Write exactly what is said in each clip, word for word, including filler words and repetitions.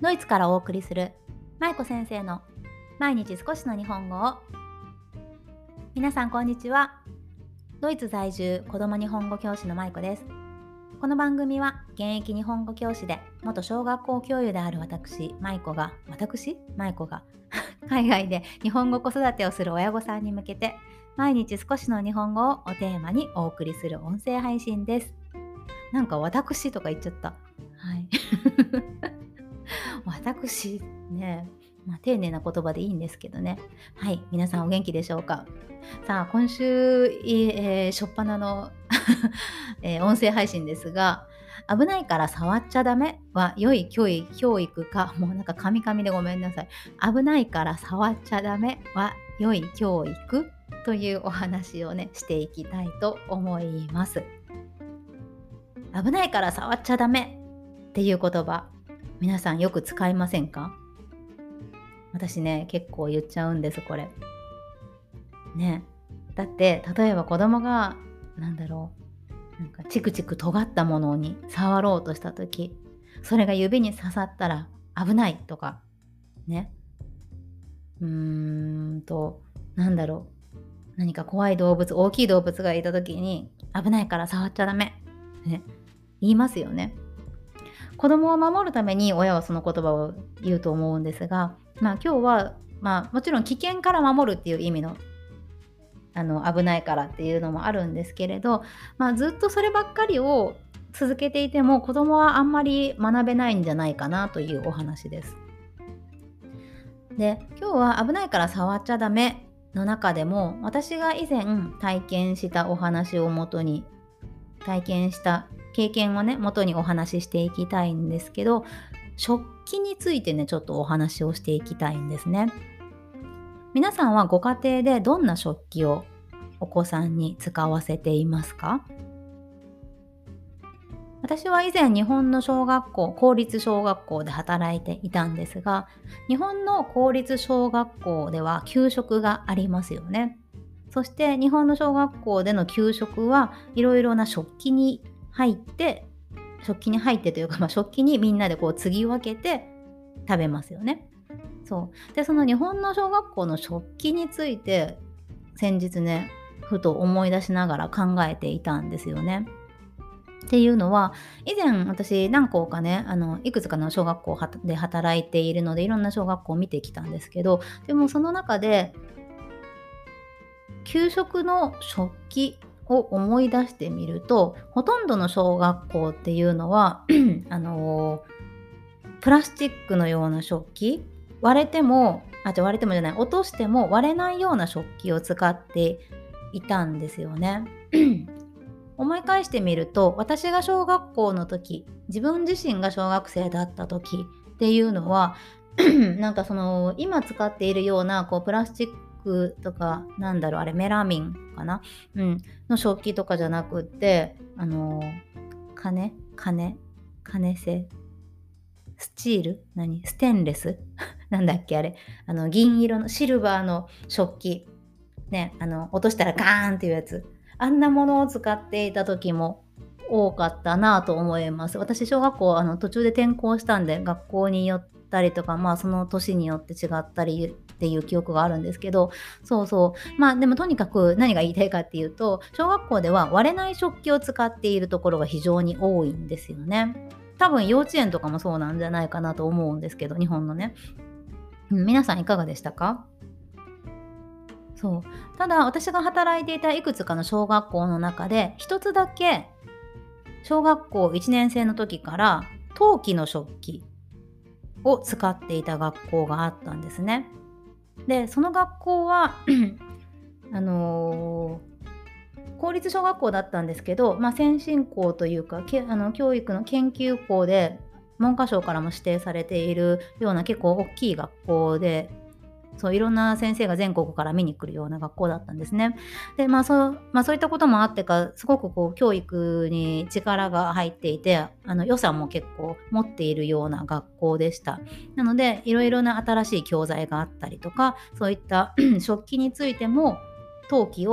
ドイツからお送りする舞子先生の毎日少しの日本語を。皆さんこんにちは。ドイツ在住子供日本語教師の舞子です。この番組は現役日本語教師で元小学校教諭である私舞子が私舞子が海外で日本語子育てをする親御さんに向けて毎日少しの日本語をおテーマにお送りする音声配信です。なんか私とか言っちゃった。はい私ね、まあ、丁寧な言葉でいいんですけどね。はい、皆さんお元気でしょうか。さあ今週、えー、初っ端の、えー音声配信ですが、危ないから触っちゃダメは良い教育教育か、もうなんかカミカミでごめんなさい。危ないから触っちゃダメは良い教育というお話をねしていきたいと思います。危ないから触っちゃダメっていう言葉、皆さんよく使いませんか？私ね、結構言っちゃうんです、これ。ね。だって、例えば子供が、なんだろう、なんかチクチク尖ったものに触ろうとしたとき、それが指に刺さったら危ないとか、ね。うーんと、なんだろう、何か怖い動物、大きい動物がいたときに、危ないから触っちゃダメ。ね。言いますよね。子供を守るために親はその言葉を言うと思うんですが、まあ今日は、まあもちろん危険から守るっていう意味の、あの危ないからっていうのもあるんですけれど、まあずっとそればっかりを続けていても子供はあんまり学べないんじゃないかなというお話です。で、今日は危ないから触っちゃダメの中でも、私が以前体験したお話をもとに体験した経験をね元にお話ししていきたいんですけど、食器についてねちょっとお話をしていきたいんですね。皆さんはご家庭でどんな食器をお子さんに使わせていますか？私は以前日本の小学校公立小学校で働いていたんですが、日本の公立小学校では給食がありますよね。そして日本の小学校での給食はいろいろな食器に入って食器に入ってというか、まあ、食器にみんなでこう継ぎ分けて食べますよね。そうで、その日本の小学校の食器について先日ねふと思い出しながら考えていたんですよね。っていうのは、以前私何校かねあのいくつかの小学校で働いているのでいろんな小学校を見てきたんですけど、でもその中で給食の食器を思い出してみると、ほとんどの小学校っていうのはあのプラスチックのような食器、割れてもあじゃ割れてもじゃない落としても割れないような食器を使っていたんですよね。思い返してみると、私が小学校の時、自分自身が小学生だった時っていうのはなんかその今使っているようなこうプラスチックとか、なんだろうあれメラミンかな、うん、の食器とかじゃなくって、あの金金金製スチール何ステンレスなんだっけあれ、あの銀色のシルバーの食器ね、あの落としたらガーンっていうやつ、あんなものを使っていた時も多かったなと思います。私小学校あの途中で転校したんで、学校によったりとか、まあその年によって違ったりっていう記憶があるんですけど、そうそうまあでもとにかく何が言いたいかっていうと、小学校では割れない食器を使っているところが非常に多いんですよね。多分幼稚園とかもそうなんじゃないかなと思うんですけど、日本のね、うん、皆さんいかがでしたか？そうただ私が働いていたいくつかの小学校の中で一つだけ小学校いちねん生の時から陶器の食器を使っていた学校があったんですね。でその学校はあのー公立小学校だったんですけど、まあ、先進校というかけあの教育の研究校で文科省からも指定されているような結構大きい学校で、そういろんな先生が全国から見に来るような学校だったんですね。で、まあそうまあ、そういったこともあってか、すごくこう教育に力が入っていて、あの予算も結構持っているような学校でした。なのでいろいろな新しい教材があったりとか、そういった食器についても陶器を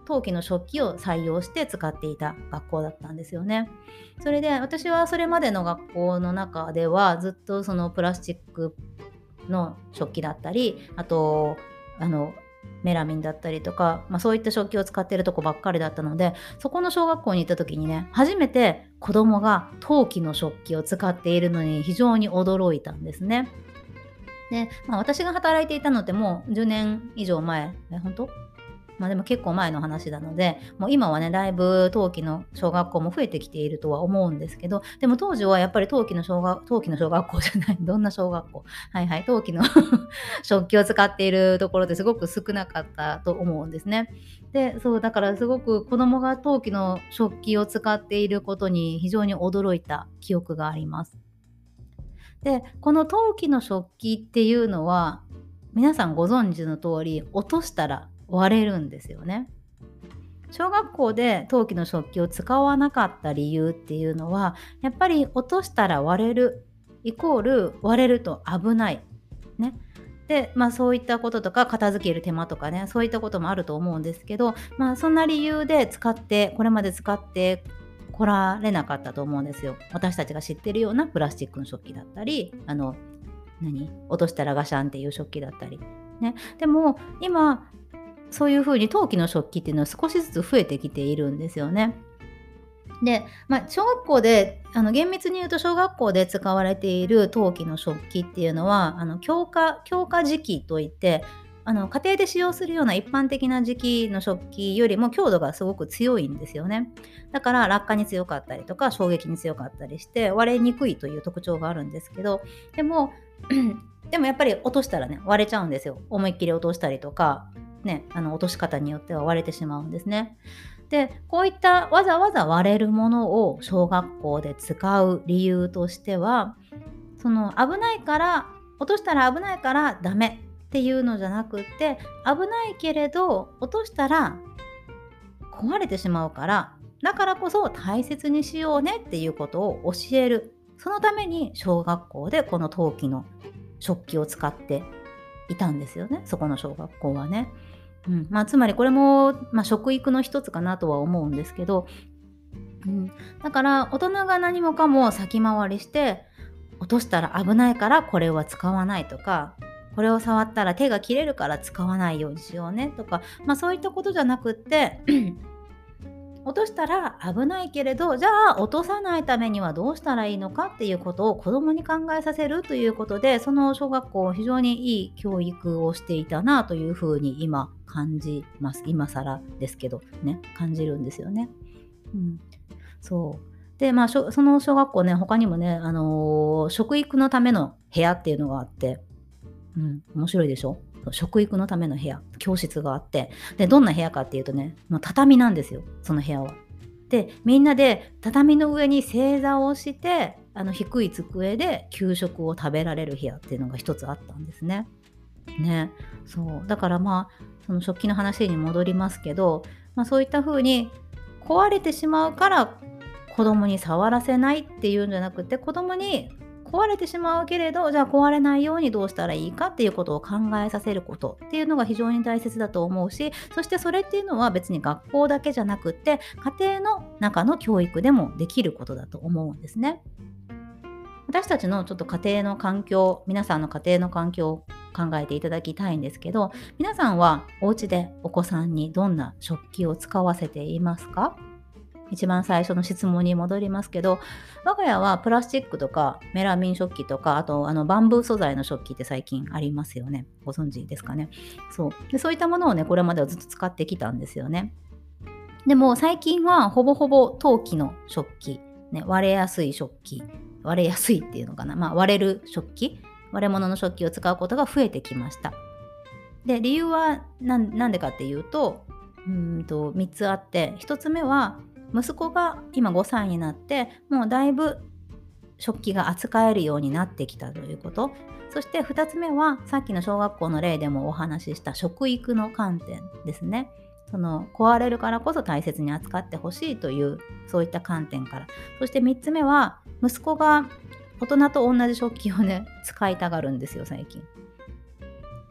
陶器の食器を採用して使っていた学校だったんですよね。それで私はそれまでの学校の中ではずっとそのプラスチックの食器だったり、あとあのメラミンだったりとか、まあ、そういった食器を使っているとこばっかりだったので、そこの小学校に行った時にね、初めて子供が陶器の食器を使っているのに非常に驚いたんですね。で、まあ、私が働いていたのってもうじゅうねん以上前、え、本当まあでも結構前の話なので、もう今はね、だいぶ冬季の小学校も増えてきているとは思うんですけど、でも当時はやっぱり冬季の小学、冬季の小学校じゃない、どんな小学校はいはい、冬季の食器を使っているところってすごく少なかったと思うんですね。で、そう、だからすごく子供が冬季の食器を使っていることに非常に驚いた記憶があります。で、この陶器の食器っていうのは、皆さんご存知の通り、落としたら割れるんですよね。小学校で陶器の食器を使わなかった理由っていうのは、やっぱり落としたら割れるイコール割れると危ないね。で、まあそういったこととか片付ける手間とかね、そういったこともあると思うんですけど、まあそんな理由で使ってこれまで使って来られなかったと思うんですよ。私たちが知ってるようなプラスチックの食器だったり、あの何落としたらガシャンっていう食器だったりね。でも今そういう風に陶器の食器っていうのは少しずつ増えてきているんですよね。で、まあ、小学校であの厳密に言うと小学校で使われている陶器の食器っていうのはあの強化強化磁器といってあの家庭で使用するような一般的な磁器の食器よりも強度がすごく強いんですよね。だから落下に強かったりとか衝撃に強かったりして割れにくいという特徴があるんですけど、でもでもやっぱり落としたらね割れちゃうんですよ。思いっきり落としたりとかね、あの落とし方によっては割れてしまうんですね。で、こういったわざわざ割れるものを小学校で使う理由としては、その危ないから落としたら危ないからダメっていうのじゃなくって、危ないけれど落としたら壊れてしまうから、だからこそ大切にしようねっていうことを教える。そのために小学校でこの陶器の食器を使っていたんですよね、そこの小学校はね。うんまあ、つまりこれも、まあ、食育の一つかなとは思うんですけど、うん、だから大人が何もかも先回りして落としたら危ないからこれは使わないとか、これを触ったら手が切れるから使わないようにしようねとか、まあ、そういったことじゃなくって落としたら危ないけれど、じゃあ落とさないためにはどうしたらいいのかっていうことを子供に考えさせるということで、その小学校非常にいい教育をしていたなというふうに今感じます。今更ですけどね、感じるんですよね。うん、そうで、まあその小学校ね、他にもね、あのー食育のための部屋っていうのがあって、うん、面白いでしょ。食育のための部屋、教室があって、でどんな部屋かっていうとね、もう畳なんですよ、その部屋は。でみんなで畳の上に正座をして、あの低い机で給食を食べられる部屋っていうのが一つあったんですね。ね、そうだからまあその食器の話に戻りますけど、まあ、そういった風に壊れてしまうから子供に触らせないっていうんじゃなくて、子供に壊れてしまうけれど、じゃあ壊れないようにどうしたらいいかっていうことを考えさせることっていうのが非常に大切だと思うし、そしてそれっていうのは別に学校だけじゃなくって家庭の中の教育でもできることだと思うんですね。私たちのちょっと家庭の環境、皆さんの家庭の環境を考えていただきたいんですけど、皆さんはお家でお子さんにどんな食器を使わせていますか？一番最初の質問に戻りますけど、我が家はプラスチックとかメラミン食器とか、あとあのバンブー素材の食器って最近ありますよね。ご存知ですかね。そうでそういったものをね、これまではずっと使ってきたんですよね。でも最近はほぼほぼ陶器の食器、ね、割れやすい食器、割れやすいっていうのかな、まあ、割れる食器、割れ物の食器を使うことが増えてきました。で理由はなんなんでかっていうと、うーんとみっつあって、ひとつめは息子が今ごさいになって、もうだいぶ食器が扱えるようになってきたということ。そしてふたつめはさっきの小学校の例でもお話しした食育の観点ですね。その壊れるからこそ大切に扱ってほしいという、そういった観点から。そしてみっつめは息子が大人と同じ食器をね使いたがるんですよ最近。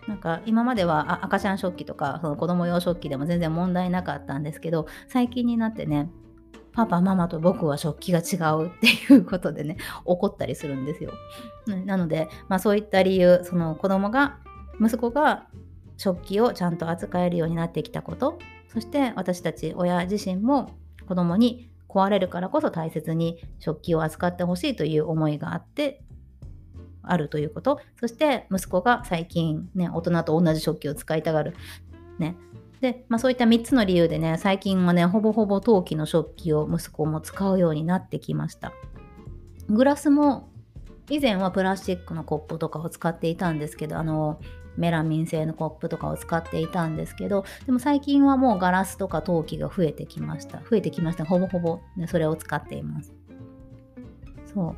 なんか今まではあ赤ちゃん食器とかその子供用食器でも全然問題なかったんですけど、最近になってね、パパママと僕は食器が違うっていうことでね、怒ったりするんですよ。ね、なので、まあ、そういった理由、その子供が息子が食器をちゃんと扱えるようになってきたこと、そして私たち親自身も子供に壊れるからこそ大切に食器を扱ってほしいという思いがあってあるということ、そして息子が最近ね、大人と同じ食器を使いたがる。ね。で、まあ、そういったみっつの理由でね、最近はね、ほぼほぼ陶器の食器を息子も使うようになってきました。グラスも以前はプラスチックのコップとかを使っていたんですけど、あのメラミン製のコップとかを使っていたんですけど、でも最近はもうガラスとか陶器が増えてきました。増えてきました。ほぼほぼ、ね、それを使っています。そう。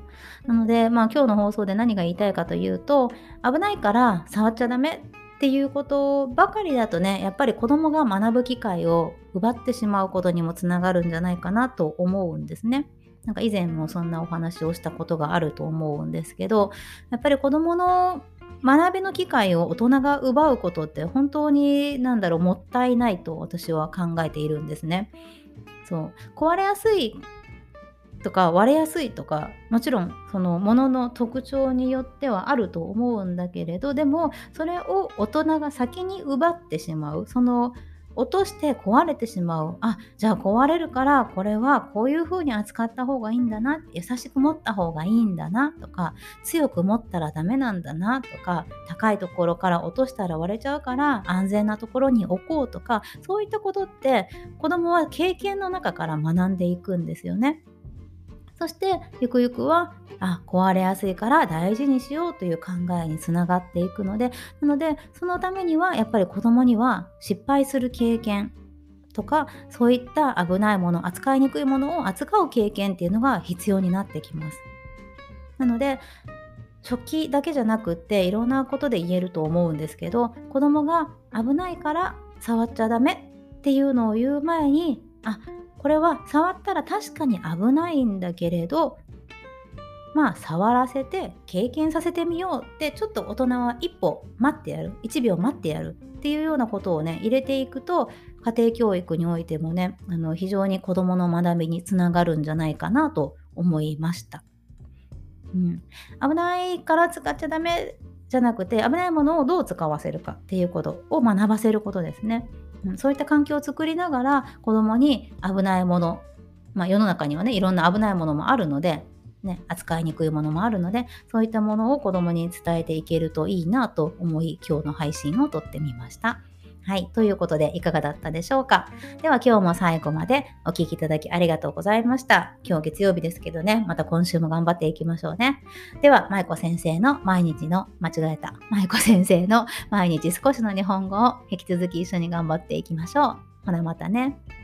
なので、まあ、今日の放送で何が言いたいかというと、危ないから触っちゃダメっていうことばかりだとね、やっぱり子供が学ぶ機会を奪ってしまうことにもつながるんじゃないかなと思うんですね。なんか以前もそんなお話をしたことがあると思うんですけど、やっぱり子供の学びの機会を大人が奪うことって本当になんだろう、もったいないと私は考えているんですね。そう。壊れやすいとか割れやすいとか、もちろんそのものの特徴によってはあると思うんだけれど、でもそれを大人が先に奪ってしまう、その落として壊れてしまう、あ、じゃあ壊れるからこれはこういう風に扱った方がいいんだな、優しく持った方がいいんだなとか、強く持ったらダメなんだなとか、高いところから落としたら割れちゃうから安全なところに置こうとか、そういったことって子供は経験の中から学んでいくんですよね。そしてゆくゆくはあ壊れやすいから大事にしようという考えにつながっていくので、なのでそのためにはやっぱり子供には失敗する経験とか、そういった危ないもの、扱いにくいものを扱う経験っていうのが必要になってきます。なので食器だけじゃなくっていろんなことで言えると思うんですけど、子供が危ないから触っちゃダメっていうのを言う前に、あ、これは触ったら確かに危ないんだけれど、まあ触らせて経験させてみようって、ちょっと大人は一歩待ってやる、一秒待ってやるっていうようなことをね入れていくと、家庭教育においてもね、あの非常に子どもの学びにつながるんじゃないかなと思いました。うん、危ないから使っちゃダメじゃなくて、危ないものをどう使わせるかっていうことを学ばせることですね。うん、そういった環境を作りながら子供に危ないもの、まあ、世の中にはねいろんな危ないものもあるので、ね、扱いにくいものもあるので、そういったものを子供に伝えていけるといいなと思い、今日の配信を撮ってみました。はい、ということでいかがだったでしょうか。では今日も最後までお聞きいただきありがとうございました。今日月曜日ですけどね、また今週も頑張っていきましょうね。では、まいこ先生の毎日の、間違えた、まいこ先生の毎日少しの日本語を引き続き一緒に頑張っていきましょう。ほなまたね。